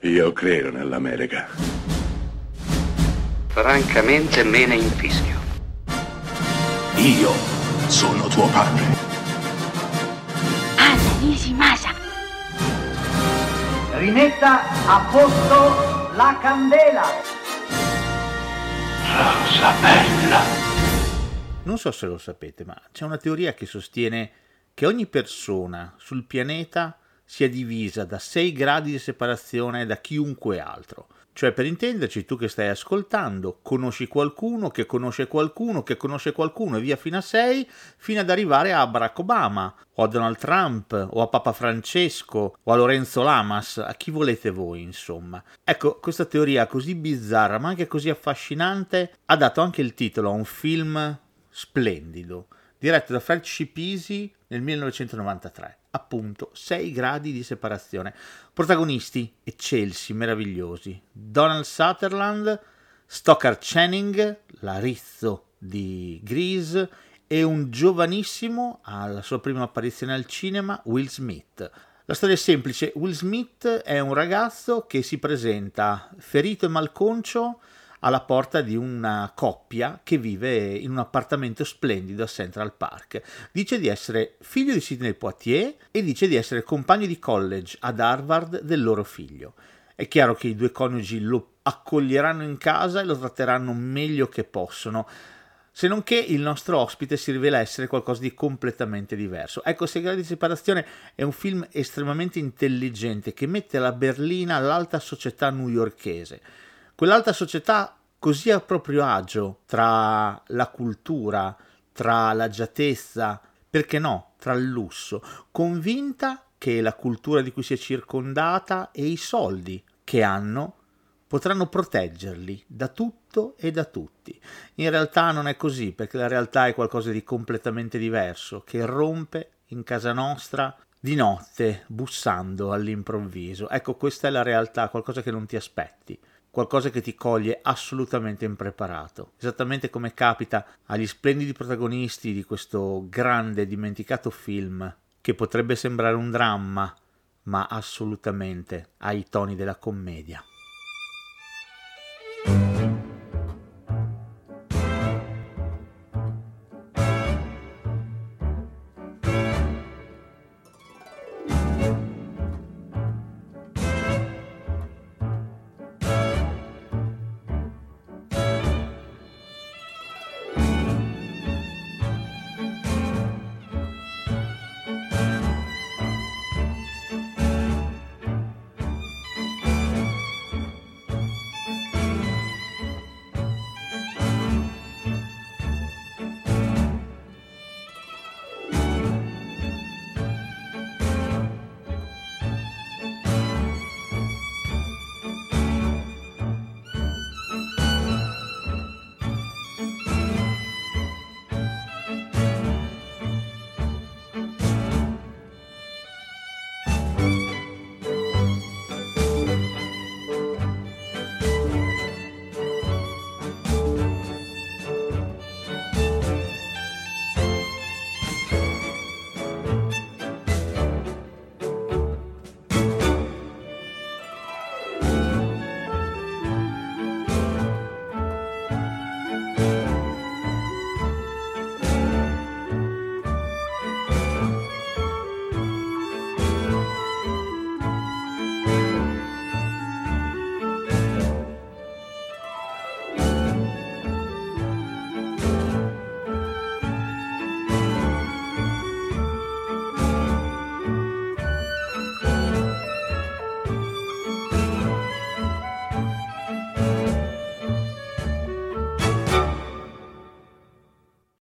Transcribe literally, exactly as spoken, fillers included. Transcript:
Io credo nell'America. Francamente me ne infischio. Io sono tuo padre. Anna Nishimasa. Rimetta a posto la candela. Rosa bella. Non so se lo sapete, ma c'è una teoria che sostiene che ogni persona sul pianeta sia divisa da sei gradi di separazione da chiunque altro. Cioè, per intenderci, tu che stai ascoltando, conosci qualcuno che conosce qualcuno che conosce qualcuno e via fino a sei, fino ad arrivare a Barack Obama, o a Donald Trump, o a Papa Francesco, o a Lorenzo Lamas, a chi volete voi, insomma. Ecco, questa teoria così bizzarra, ma anche così affascinante, ha dato anche il titolo a un film splendido, diretto da Fred Schipisi nel millenovecentonovantatré. Appunto, sei gradi di separazione. Protagonisti eccelsi, meravigliosi: Donald Sutherland, Stockard Channing, l'Arizzo di Grease, e un giovanissimo, alla sua prima apparizione al cinema, Will Smith. La storia è semplice: Will Smith è un ragazzo che si presenta ferito e malconcio alla porta di una coppia che vive in un appartamento splendido a Central Park. Dice di essere figlio di Sidney Poitier e dice di essere compagno di college ad Harvard del loro figlio. È chiaro che i due coniugi lo accoglieranno in casa e lo tratteranno meglio che possono, se non che il nostro ospite si rivela essere qualcosa di completamente diverso. Ecco, Sei gradi di separazione è un film estremamente intelligente che mette la berlina all'alta società newyorkese. Quell'alta società così a proprio agio tra la cultura, tra l'agiatezza, perché no, tra il lusso, convinta che la cultura di cui si è circondata e i soldi che hanno potranno proteggerli da tutto e da tutti. In realtà non è così, perché la realtà è qualcosa di completamente diverso, che irrompe in casa nostra di notte, bussando all'improvviso. Ecco, questa è la realtà, qualcosa che non ti aspetti. Qualcosa che ti coglie assolutamente impreparato, esattamente come capita agli splendidi protagonisti di questo grande dimenticato film che potrebbe sembrare un dramma, ma assolutamente ha i toni della commedia.